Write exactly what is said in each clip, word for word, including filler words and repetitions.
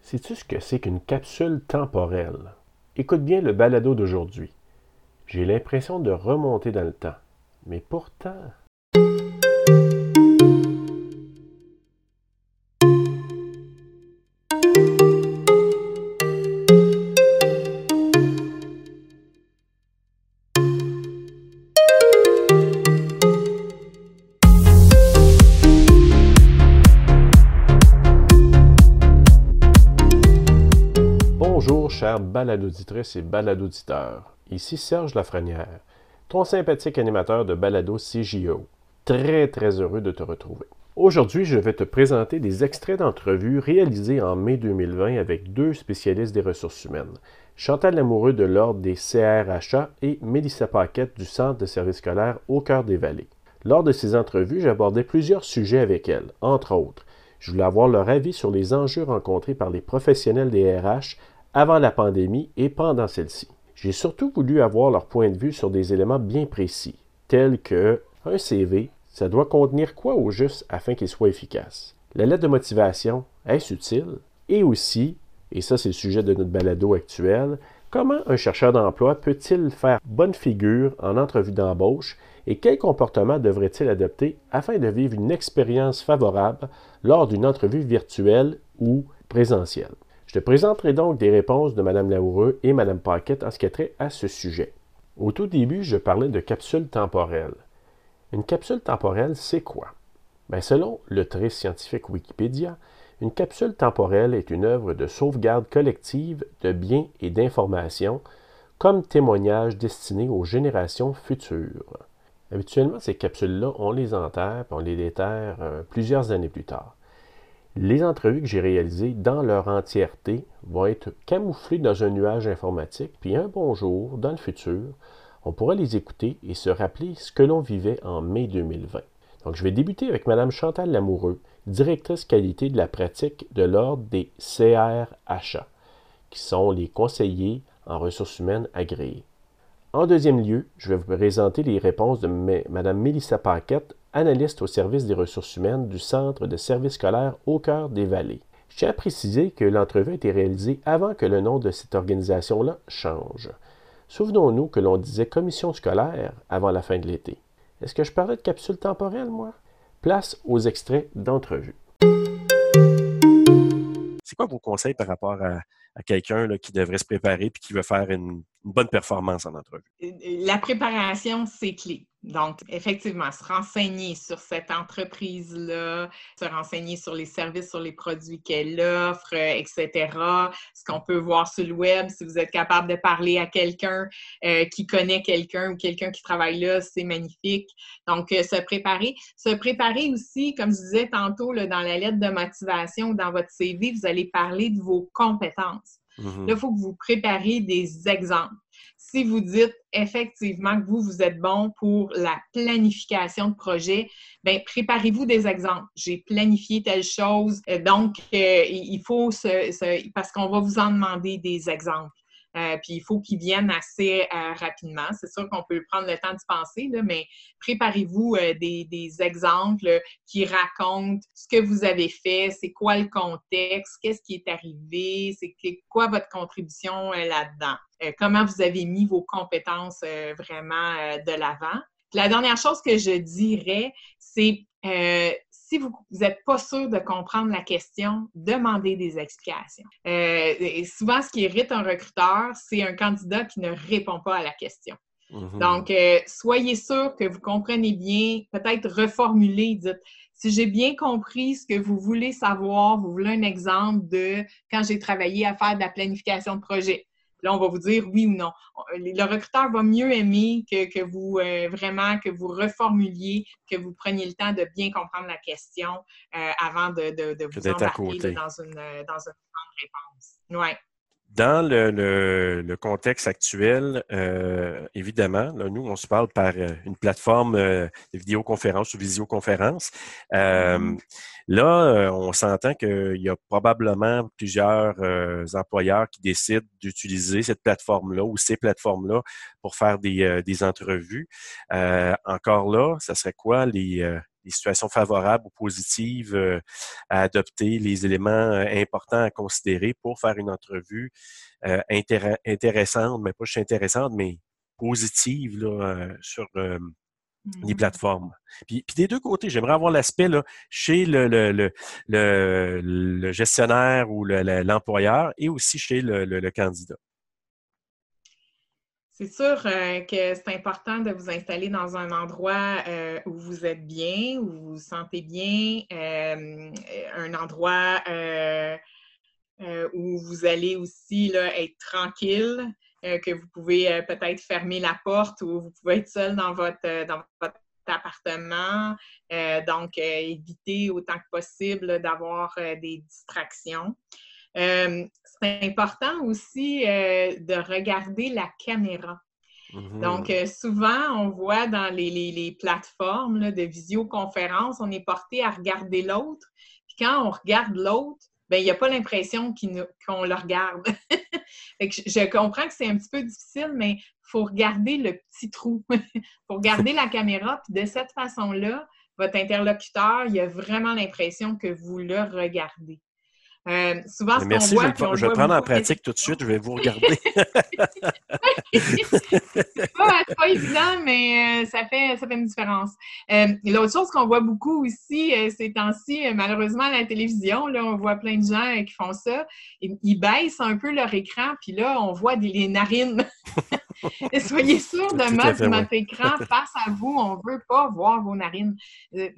Sais-tu ce que c'est qu'une capsule temporelle? Écoute bien le balado d'aujourd'hui. J'ai l'impression de remonter dans le temps. Mais pourtant... Bonjour, chers baladauditrices et baladoditeurs. Ici Serge Lafrenière, ton sympathique animateur de balado C J O. Très, très heureux de te retrouver. Aujourd'hui, je vais te présenter des extraits d'entrevues réalisées en mai deux mille vingt avec deux spécialistes des ressources humaines, Chantal Lamoureux de l'Ordre des C R H A et Mélissa Paquette du Centre de services scolaires Au Cœur des Vallées. Lors de ces entrevues, j'abordais plusieurs sujets avec elles, entre autres. Je voulais avoir leur avis sur les enjeux rencontrés par les professionnels des R H avant la pandémie et pendant celle-ci. J'ai surtout voulu avoir leur point de vue sur des éléments bien précis, tels que un C V, ça doit contenir quoi au juste afin qu'il soit efficace? La lettre de motivation, est-ce utile? Et aussi, et ça c'est le sujet de notre balado actuel, comment un chercheur d'emploi peut-il faire bonne figure en entrevue d'embauche et quel comportement devrait-il adopter afin de vivre une expérience favorable lors d'une entrevue virtuelle ou présentielle? Je te présenterai donc des réponses de Mme Lamoureux et Mme Paquette en ce qui a trait à ce sujet. Au tout début, je parlais de capsule temporelle. Une capsule temporelle, c'est quoi? Bien, selon le très scientifique Wikipédia, une capsule temporelle est une œuvre de sauvegarde collective de biens et d'informations comme témoignage destiné aux générations futures. Habituellement, ces capsules-là, on les enterre et on les déterre euh, plusieurs années plus tard. Les entrevues que j'ai réalisées dans leur entièreté vont être camouflées dans un nuage informatique, puis un bon jour, dans le futur, on pourra les écouter et se rappeler ce que l'on vivait en mai deux mille vingt. Donc, je vais débuter avec Mme Chantal Lamoureux, directrice qualité de la pratique de l'Ordre des C R H A, qui sont les conseillers en ressources humaines agréés. En deuxième lieu, je vais vous présenter les réponses de Mme Mélissa Paquette, analyste au service des ressources humaines du Centre de services scolaires Au Cœur des Vallées. Je tiens à préciser que l'entrevue a été réalisée avant que le nom de cette organisation-là change. Souvenons-nous que l'on disait commission scolaire avant la fin de l'été. Est-ce que je parlais de capsule temporelle, moi? Place aux extraits d'entrevue. C'est quoi vos conseils par rapport à, à quelqu'un là, qui devrait se préparer et qui veut faire une, une bonne performance en entrevue? La préparation, c'est clé. Donc, effectivement, se renseigner sur cette entreprise-là, se renseigner sur les services, sur les produits qu'elle offre, et cetera. Ce qu'on peut voir sur le web, si vous êtes capable de parler à quelqu'un euh, qui connaît quelqu'un ou quelqu'un qui travaille là, c'est magnifique. Donc, euh, se préparer. Se préparer aussi, comme je disais tantôt, là, dans la lettre de motivation ou dans votre C V, vous allez parler de vos compétences. Mm-hmm. Là, il faut que vous prépariez des exemples. Si vous dites effectivement que vous, vous êtes bon pour la planification de projet, bien, préparez-vous des exemples. J'ai planifié telle chose, donc euh, il faut, se, se, parce qu'on va vous en demander des exemples. Euh, puis il faut qu'ils viennent assez euh, rapidement. C'est sûr qu'on peut prendre le temps d'y penser, là, mais préparez-vous euh, des, des exemples qui racontent ce que vous avez fait, c'est quoi le contexte, qu'est-ce qui est arrivé, c'est quoi votre contribution euh, là-dedans, euh, comment vous avez mis vos compétences euh, vraiment euh, de l'avant. Puis la dernière chose que je dirais, c'est euh, si vous n'êtes pas sûr de comprendre la question, demandez des explications. Euh, et souvent, ce qui irrite un recruteur, c'est un candidat qui ne répond pas à la question. Mm-hmm. Donc, euh, soyez sûr que vous comprenez bien, peut-être reformuler, dites « Si j'ai bien compris ce que vous voulez savoir, vous voulez un exemple de quand j'ai travaillé à faire de la planification de projet. » Là, on va vous dire oui ou non. Le recruteur va mieux aimer que, que vous euh, vraiment que vous reformuliez, que vous preniez le temps de bien comprendre la question euh, avant de, de, de vous embarquer là, dans une dans une grande réponse. Ouais. Dans le, le, le contexte actuel, euh, évidemment, là, nous, on se parle par euh, une plateforme euh, de vidéoconférence ou visioconférence. Euh, mm-hmm. Là, euh, on s'entend qu'il y a probablement plusieurs euh, employeurs qui décident d'utiliser cette plateforme-là ou ces plateformes-là pour faire des, euh, des entrevues. Euh, encore là, ça serait quoi les, euh, des situations favorables ou positives euh, à adopter, les éléments euh, importants à considérer pour faire une entrevue euh, intér- intéressante, mais pas juste intéressante, mais positive là, euh, sur euh, les plateformes. Puis, puis des deux côtés, j'aimerais avoir l'aspect là, chez le, le, le, le, le gestionnaire ou le, le, l'employeur et aussi chez le, le, le candidat. C'est sûr euh, que c'est important de vous installer dans un endroit euh, où vous êtes bien, où vous vous sentez bien, euh, un endroit euh, euh, où vous allez aussi là, être tranquille, euh, que vous pouvez euh, peut-être fermer la porte ou vous pouvez être seul dans votre, euh, dans votre appartement. Euh, donc, euh, évitez autant que possible d'avoir euh, des distractions. Euh, c'est important aussi euh, de regarder la caméra. Mm-hmm. Donc, euh, souvent, on voit dans les, les, les plateformes là, de visioconférence, on est porté à regarder l'autre. Puis quand on regarde l'autre, ben, il n'y a pas l'impression qu'il nous, qu'on le regarde. Fait que je, je comprends que c'est un petit peu difficile, mais il faut regarder le petit trou. Il faut regarder la caméra, puis de cette façon-là, votre interlocuteur, il a vraiment l'impression que vous le regardez. Euh, souvent, ce qu'on Merci, je vais, voit, le, puis on je le vais le voit prendre en beaucoup à la pratique tout de suite, je vais vous regarder. c'est pas, c'est pas évident, mais euh, ça, fait, ça fait une différence. Euh, l'autre chose qu'on voit beaucoup aussi euh, ces temps-ci, euh, malheureusement à la télévision, là, on voit plein de gens euh, qui font ça. Ils, ils baissent un peu leur écran, puis là, on voit des, les narines. Et soyez sûrs de Tout à mettre fait, oui. votre écran face à vous. On ne veut pas voir vos narines. Euh,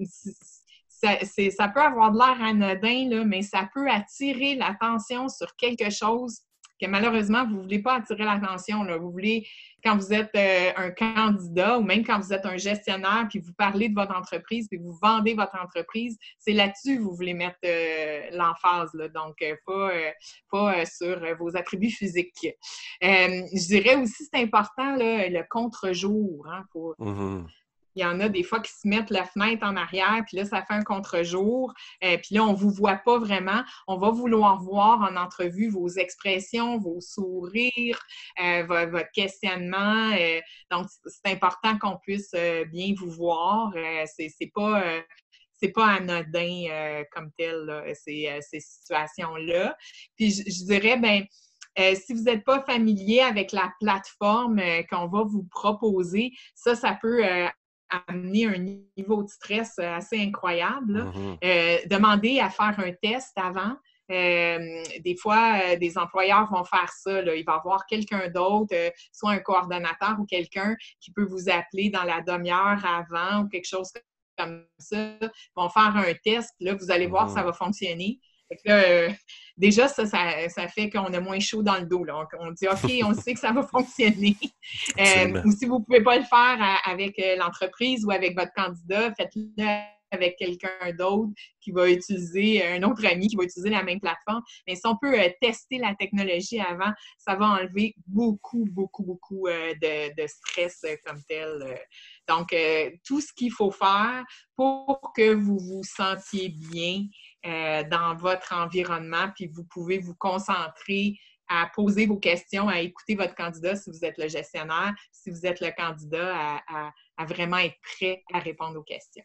ça, c'est, ça peut avoir de l'air anodin, là, mais ça peut attirer l'attention sur quelque chose que malheureusement, vous ne voulez pas attirer l'attention. Là. Vous voulez, quand vous êtes euh, un candidat ou même quand vous êtes un gestionnaire, puis vous parlez de votre entreprise, puis vous vendez votre entreprise, c'est là-dessus que vous voulez mettre euh, l'emphase. Là. Donc, euh, pas, euh, pas euh, sur euh, vos attributs physiques. Euh, je dirais aussi, c'est important, là, le contre-jour. Hein, pour... Mm-hmm. Il y en a des fois qui se mettent la fenêtre en arrière, puis là, ça fait un contre-jour. Euh, puis là, on ne vous voit pas vraiment. On va vouloir voir en entrevue vos expressions, vos sourires, euh, votre questionnement. Euh, donc, c'est important qu'on puisse euh, bien vous voir. Euh, c'est, c'est pas... Euh, c'est pas anodin euh, comme tel, là, ces, euh, ces situations-là. Puis je, je dirais, ben euh, si vous n'êtes pas familier avec la plateforme euh, qu'on va vous proposer, ça, ça peut euh, amener un niveau de stress assez incroyable. Mm-hmm. Euh, demandez à faire un test avant. Euh, des fois, euh, des employeurs vont faire ça. Là. Il va y avoir quelqu'un d'autre, euh, soit un coordonnateur ou quelqu'un qui peut vous appeler dans la demi-heure avant ou quelque chose comme ça. Ils vont faire un test. Là, vous allez voir, Mm-hmm. ça va fonctionner. Fait que là, euh, déjà, ça, ça, ça fait qu'on a moins chaud dans le dos. Là. On, on dit, OK, on sait que ça va fonctionner. Euh, ou si vous ne pouvez pas le faire à, avec euh, l'entreprise ou avec votre candidat, faites-le avec quelqu'un d'autre qui va utiliser, un autre ami qui va utiliser la même plateforme. Mais si on peut euh, tester la technologie avant, ça va enlever beaucoup, beaucoup, beaucoup euh, de, de stress euh, comme tel. Euh. Donc, euh, tout ce qu'il faut faire pour que vous vous sentiez bien euh, dans votre environnement, puis vous pouvez vous concentrer à poser vos questions, à écouter votre candidat si vous êtes le gestionnaire, si vous êtes le candidat, à, à, à vraiment être prêt à répondre aux questions.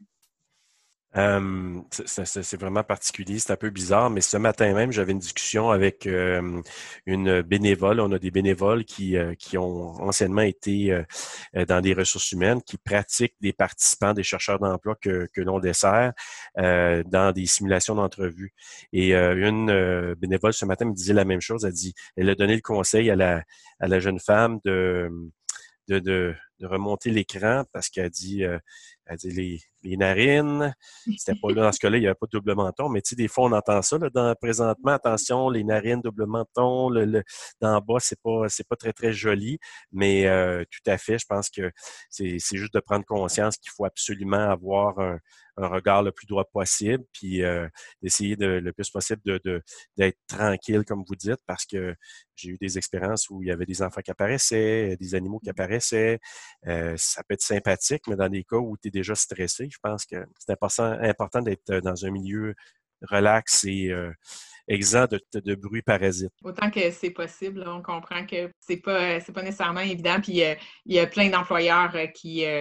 Euh, c'est, c'est, c'est vraiment particulier, c'est un peu bizarre, mais ce matin même, j'avais une discussion avec euh, une bénévole. On a des bénévoles qui, euh, qui ont anciennement été euh, dans des ressources humaines, qui pratiquent des participants, des chercheurs d'emploi que, que l'on dessert euh, dans des simulations d'entrevue. Et euh, une euh, bénévole ce matin me disait la même chose. Elle dit, elle a donné le conseil à la, à la jeune femme de De, de, de remonter l'écran parce qu'elle dit, euh, elle dit les, les narines, c'était pas là dans ce cas-là, il n'y avait pas de double menton, mais tu sais, des fois on entend ça là, dans présentement, attention, les narines, double menton, le, le, d'en bas, c'est pas c'est pas très, très joli, mais euh, tout à fait, je pense que c'est, c'est juste de prendre conscience qu'il faut absolument avoir un, un regard le plus droit possible, puis euh, d'essayer de, le plus possible de, de, d'être tranquille, comme vous dites, parce que j'ai eu des expériences où il y avait des enfants qui apparaissaient, des animaux qui apparaissaient. Euh, ça peut être sympathique, mais dans des cas où tu es déjà stressé, je pense que c'est important, important d'être dans un milieu relax et euh, exempt de, de bruit parasite. Autant que c'est possible, là, on comprend que c'est pas, c'est pas nécessairement évident. Puis euh, il y a plein d'employeurs euh, qui, euh,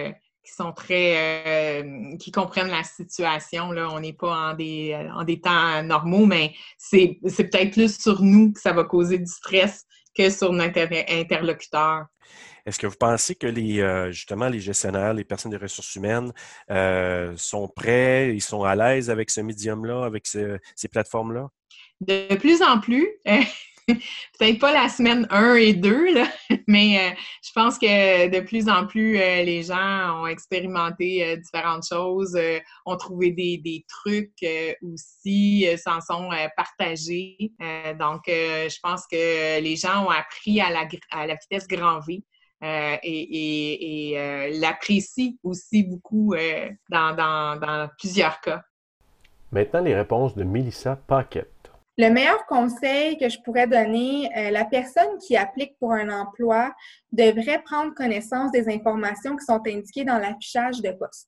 qui sont très, euh, qui comprennent la situation. Là. On n'est pas en des, en des temps normaux, mais c'est, c'est peut-être plus sur nous que ça va causer du stress que sur notre interlocuteur. Est-ce que vous pensez que les euh, justement les gestionnaires, les personnes des ressources humaines euh, sont prêts, ils sont à l'aise avec ce médium-là, avec ce, ces plateformes-là? De plus en plus. Peut-être pas la semaine un et deux, là, mais euh, je pense que de plus en plus, euh, les gens ont expérimenté euh, différentes choses, euh, ont trouvé des, des trucs euh, aussi, euh, s'en sont euh, partagés. Euh, donc, euh, je pense que les gens ont appris à la, à la vitesse grand V. Euh, et et, et euh, l'apprécient aussi beaucoup euh, dans, dans, dans plusieurs cas. Maintenant, les réponses de Mélissa Paquette. Le meilleur conseil que je pourrais donner, euh, la personne qui applique pour un emploi devrait prendre connaissance des informations qui sont indiquées dans l'affichage de poste.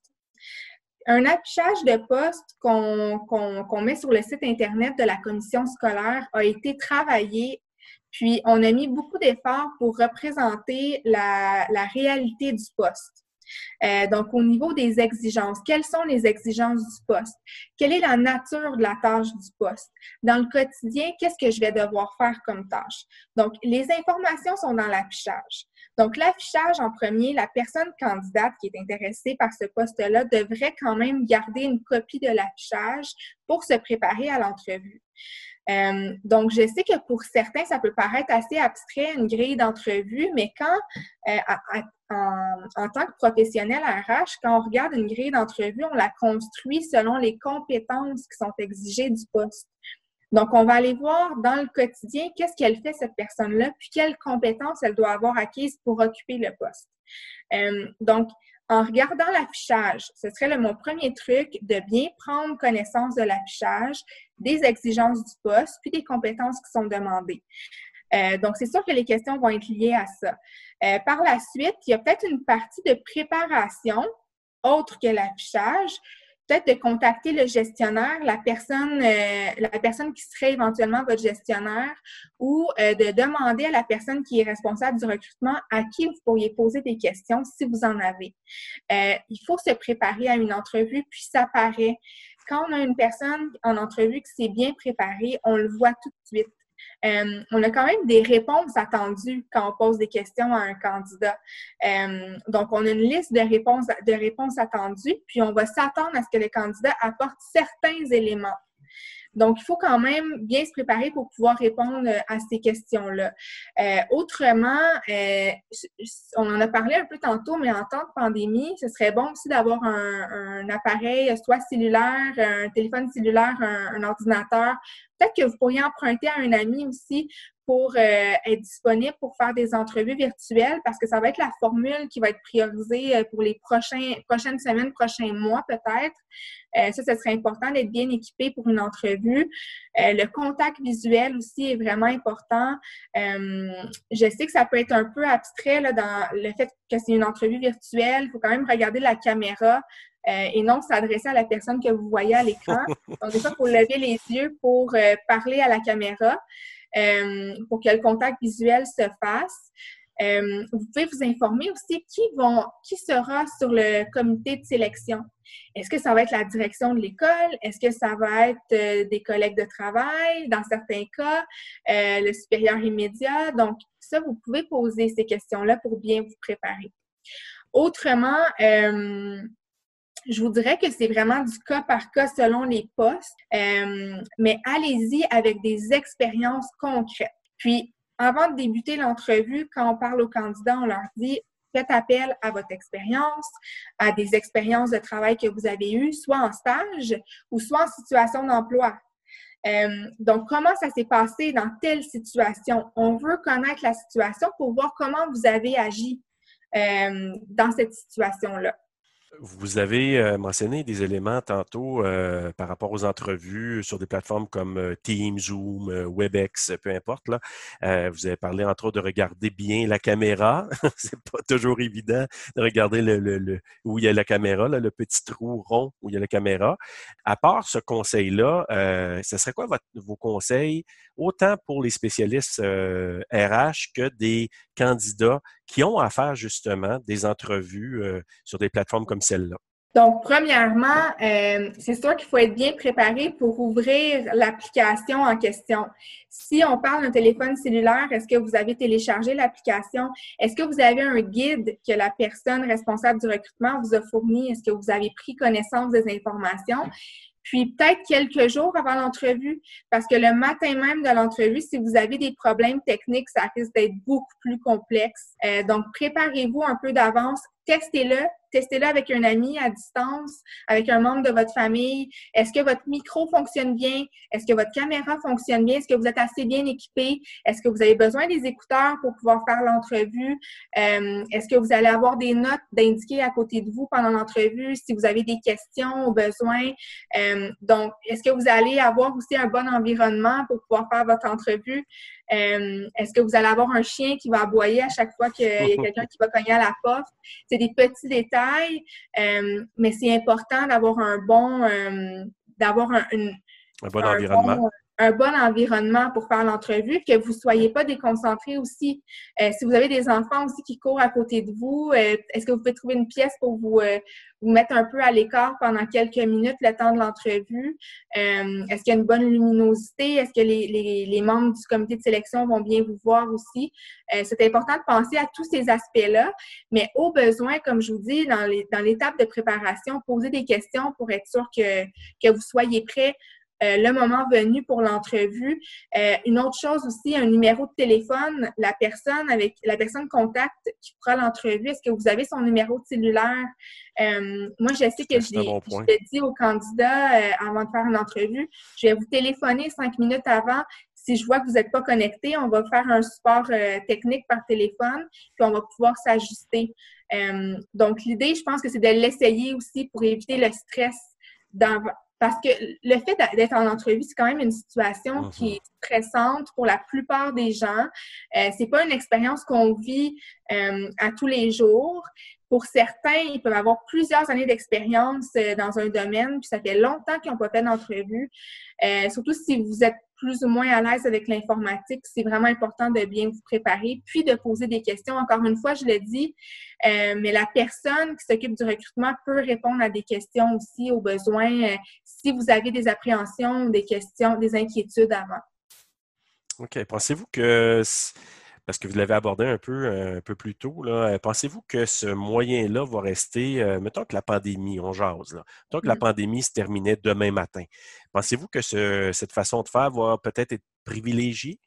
Un affichage de poste qu'on, qu'on, qu'on met sur le site Internet de la commission scolaire a été travaillé, puis on a mis beaucoup d'efforts pour représenter la, la réalité du poste. Euh, donc, au niveau des exigences, quelles sont les exigences du poste? Quelle est la nature de la tâche du poste? Dans le quotidien, qu'est-ce que je vais devoir faire comme tâche? Donc, les informations sont dans l'affichage. Donc, l'affichage, en premier, la personne candidate qui est intéressée par ce poste-là devrait quand même garder une copie de l'affichage pour se préparer à l'entrevue. Euh, donc, je sais que pour certains, ça peut paraître assez abstrait, une grille d'entrevue, mais quand, euh, à, à, en, en tant que professionnel R H, quand on regarde une grille d'entrevue, on la construit selon les compétences qui sont exigées du poste. Donc, on va aller voir dans le quotidien qu'est-ce qu'elle fait, cette personne-là, puis quelles compétences elle doit avoir acquises pour occuper le poste. Euh, donc, en regardant l'affichage, ce serait le, mon premier truc de bien prendre connaissance de l'affichage, des exigences du poste, puis des compétences qui sont demandées. Euh, donc, c'est sûr que les questions vont être liées à ça. Euh, par la suite, il y a peut-être une partie de préparation autre que l'affichage. Peut-être de contacter le gestionnaire, la personne, euh, la personne qui serait éventuellement votre gestionnaire, ou euh, de demander à la personne qui est responsable du recrutement à qui vous pourriez poser des questions si vous en avez. Euh, il faut se préparer à une entrevue, puis ça paraît. Quand on a une personne en entrevue qui s'est bien préparée, on le voit tout de suite. Euh, on a quand même des réponses attendues quand on pose des questions à un candidat. Euh, donc, on a une liste de réponses, de réponses attendues, puis on va s'attendre à ce que le candidat apporte certains éléments. Donc, il faut quand même bien se préparer pour pouvoir répondre à ces questions-là. Euh, autrement, euh, on en a parlé un peu tantôt, mais en temps de pandémie, ce serait bon aussi d'avoir un, un appareil, soit cellulaire, un téléphone cellulaire, un, un ordinateur. Peut-être que vous pourriez emprunter à un ami aussi pour euh, être disponible pour faire des entrevues virtuelles parce que ça va être la formule qui va être priorisée pour les prochains, prochaines semaines, prochains mois peut-être. Euh, ça, ce serait important d'être bien équipé pour une entrevue. Euh, le contact visuel aussi est vraiment important. Euh, je sais que ça peut être un peu abstrait là, dans le fait que c'est une entrevue virtuelle. Il faut quand même regarder la caméra. Euh, et non s'adresser à la personne que vous voyez à l'écran. Donc, des fois, il faut lever les yeux pour euh, parler à la caméra, euh, pour que le contact visuel se fasse. Euh, vous pouvez vous informer aussi qui, vont, qui sera sur le comité de sélection. Est-ce que ça va être la direction de l'école? Est-ce que ça va être euh, des collègues de travail? Dans certains cas, euh, le supérieur immédiat. Donc, ça, vous pouvez poser ces questions-là pour bien vous préparer. Autrement, euh, je vous dirais que c'est vraiment du cas par cas selon les postes, euh, mais allez-y avec des expériences concrètes. Puis, avant de débuter l'entrevue, quand on parle aux candidats, on leur dit « Faites appel à votre expérience, à des expériences de travail que vous avez eues, soit en stage ou soit en situation d'emploi. Euh, donc, comment ça s'est passé dans telle situation? On veut connaître la situation pour voir comment vous avez agi euh, dans cette situation-là. » Vous avez euh, mentionné des éléments tantôt euh, par rapport aux entrevues sur des plateformes comme euh, Teams, Zoom, euh, Webex, peu importe. Là. Euh, vous avez parlé entre autres de regarder bien la caméra. C'est pas toujours évident de regarder le, le, le, où il y a la caméra, là, le petit trou rond où il y a la caméra. À part ce conseil-là, euh, ce serait quoi votre, vos conseils, autant pour les spécialistes euh, R H que des candidats qui ont à faire justement des entrevues euh, sur des plateformes comme celle-là? Donc, premièrement, euh, c'est sûr qu'il faut être bien préparé pour ouvrir l'application en question. Si on parle d'un téléphone cellulaire, est-ce que vous avez téléchargé l'application? Est-ce que vous avez un guide que la personne responsable du recrutement vous a fourni? Est-ce que vous avez pris connaissance des informations? Puis peut-être quelques jours avant l'entrevue, parce que le matin même de l'entrevue, si vous avez des problèmes techniques, ça risque d'être beaucoup plus complexe. Euh, donc, préparez-vous un peu d'avance, testez-le, testez-le avec un ami à distance, avec un membre de votre famille. Est-ce que votre micro fonctionne bien? Est-ce que votre caméra fonctionne bien? Est-ce que vous êtes assez bien équipé? Est-ce que vous avez besoin des écouteurs pour pouvoir faire l'entrevue? Euh, est-ce que vous allez avoir des notes d'indiquer à côté de vous pendant l'entrevue si vous avez des questions au besoin? Euh, donc, est-ce que vous allez avoir aussi un bon environnement pour pouvoir faire votre entrevue? Euh, est-ce que vous allez avoir un chien qui va aboyer à chaque fois qu'il y a quelqu'un qui va cogner à la porte? C'est des petits détails, euh, mais c'est important d'avoir un bon, euh, d'avoir un, une, un bon un environnement. Bon, un bon environnement pour faire l'entrevue, que vous ne soyez pas déconcentrés aussi. Euh, si vous avez des enfants aussi qui courent à côté de vous, euh, est-ce que vous pouvez trouver une pièce pour vous, euh, vous mettre un peu à l'écart pendant quelques minutes le temps de l'entrevue? Euh, est-ce qu'il y a une bonne luminosité? Est-ce que les, les, les membres du comité de sélection vont bien vous voir aussi? Euh, c'est important de penser à tous ces aspects-là, mais au besoin, comme je vous dis, dans, les, dans l'étape de préparation, posez des questions pour être sûr que, que vous soyez prêts Euh, le moment venu pour l'entrevue. Euh, une autre chose aussi, un numéro de téléphone, la personne avec la personne contact qui fera l'entrevue, est-ce que vous avez son numéro de cellulaire? Euh, moi, je sais que je l'ai, bon je l'ai dit aux candidats euh, avant de faire une entrevue, je vais vous téléphoner cinq minutes avant. Si je vois que vous n'êtes pas connecté, on va faire un support euh, technique par téléphone, puis on va pouvoir s'ajuster. Euh, donc, l'idée, je pense que c'est de l'essayer aussi pour éviter le stress dans Parce que le fait d'être en entrevue, c'est quand même une situation uh-huh. qui est stressante pour la plupart des gens. Euh, c'est pas une expérience qu'on vit euh, à tous les jours. Pour certains, ils peuvent avoir plusieurs années d'expérience euh, dans un domaine, puis ça fait longtemps qu'ils n'ont pas fait d'entrevue. Euh, surtout si vous êtes plus ou moins à l'aise avec l'informatique, c'est vraiment important de bien vous préparer, puis de poser des questions. Encore une fois, je le dis, euh, mais la personne qui s'occupe du recrutement peut répondre à des questions aussi au besoin euh, si vous avez des appréhensions, des questions, des inquiétudes avant. OK. Pensez-vous que, parce que vous l'avez abordé un peu, un peu plus tôt, là, pensez-vous que ce moyen-là va rester, euh, mettons que la pandémie, on jase, là, mettons que mm-hmm. la pandémie se terminait demain matin. Pensez-vous que ce, cette façon de faire va peut-être être privilégiée?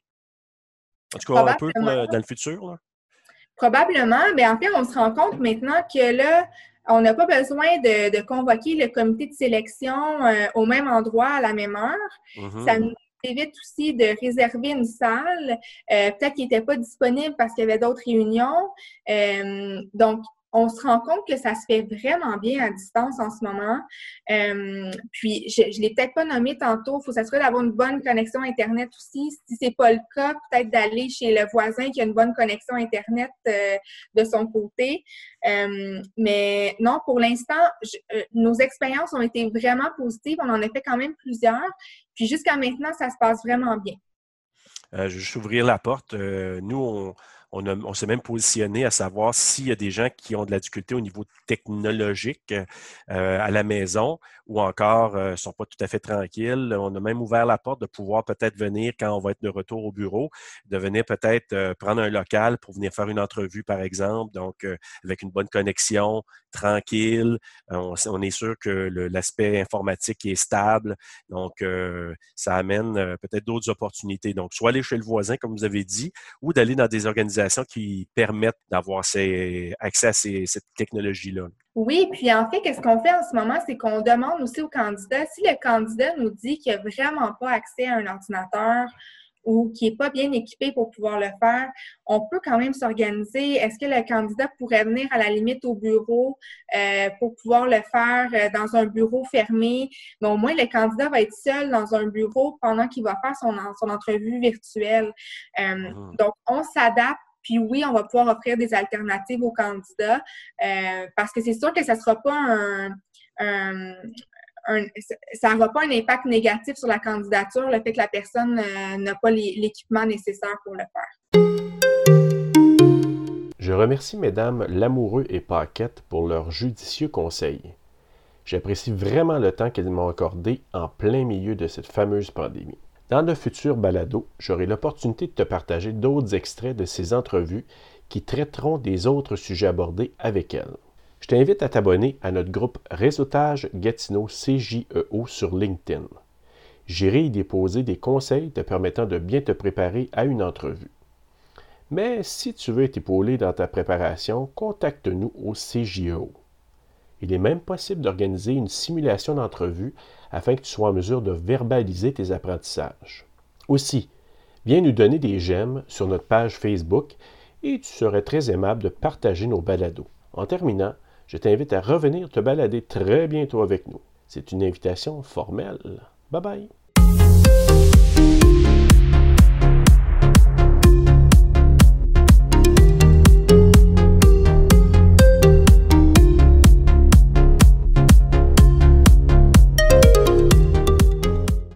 En tout cas, un peu pour le, dans le futur, là? Probablement. Bien, en fait, on se rend compte maintenant que là, on n'a pas besoin de, de convoquer le comité de sélection euh, au même endroit à la même heure. Mm-hmm. Ça nous évite aussi de réserver une salle. Euh, peut-être qu'il n'était pas disponible parce qu'il y avait d'autres réunions. Euh, donc, on se rend compte que ça se fait vraiment bien à distance en ce moment. Euh, puis, je ne l'ai peut-être pas nommé tantôt, il faut s'assurer d'avoir une bonne connexion Internet aussi. Si ce n'est pas le cas, peut-être d'aller chez le voisin qui a une bonne connexion Internet euh, de son côté. Euh, mais non, pour l'instant, je, euh, nos expériences ont été vraiment positives. On en a fait quand même plusieurs. Puis, jusqu'à maintenant, ça se passe vraiment bien. Euh, je vais juste ouvrir la porte. Euh, nous, on... On, a, on s'est même positionné à savoir s'il y a des gens qui ont de la difficulté au niveau technologique euh, à la maison ou encore ne euh, sont pas tout à fait tranquilles. On a même ouvert la porte de pouvoir peut-être venir quand on va être de retour au bureau, de venir peut-être euh, prendre un local pour venir faire une entrevue, par exemple, donc euh, avec une bonne connexion, tranquille. On, on est sûr que le, l'aspect informatique est stable, donc euh, ça amène euh, peut-être d'autres opportunités. Donc, soit aller chez le voisin, comme vous avez dit, ou d'aller dans des organisations qui permettent d'avoir ces, accès à ces, cette technologie-là. Oui, puis en fait, qu'est-ce qu'on fait en ce moment, c'est qu'on demande aussi aux candidats, si le candidat nous dit qu'il n'a vraiment pas accès à un ordinateur ou qui n'est pas bien équipé pour pouvoir le faire, on peut quand même s'organiser. Est-ce que le candidat pourrait venir à la limite au bureau euh, pour pouvoir le faire euh, dans un bureau fermé? Mais au moins, le candidat va être seul dans un bureau pendant qu'il va faire son, son entrevue virtuelle. Euh, mmh. Donc, on s'adapte. Puis oui, on va pouvoir offrir des alternatives aux candidats euh, parce que c'est sûr que ça ne sera pas un, un, un ça n'aura pas un impact négatif sur la candidature, le fait que la personne euh, n'a pas les, l'équipement nécessaire pour le faire. Je remercie Mesdames Lamoureux et Paquette pour leurs judicieux conseils. J'apprécie vraiment le temps qu'elles m'ont accordé en plein milieu de cette fameuse pandémie. Dans de futurs balados, j'aurai l'opportunité de te partager d'autres extraits de ces entrevues qui traiteront des autres sujets abordés avec elles. Je t'invite à t'abonner à notre groupe Réseautage Gatineau C J E O sur LinkedIn. J'irai y déposer des conseils te permettant de bien te préparer à une entrevue. Mais si tu veux être épaulé dans ta préparation, contacte-nous au C J E O. Il est même possible d'organiser une simulation d'entrevue afin que tu sois en mesure de verbaliser tes apprentissages. Aussi, viens nous donner des j'aime sur notre page Facebook et tu serais très aimable de partager nos balados. En terminant, je t'invite à revenir te balader très bientôt avec nous. C'est une invitation formelle. Bye bye!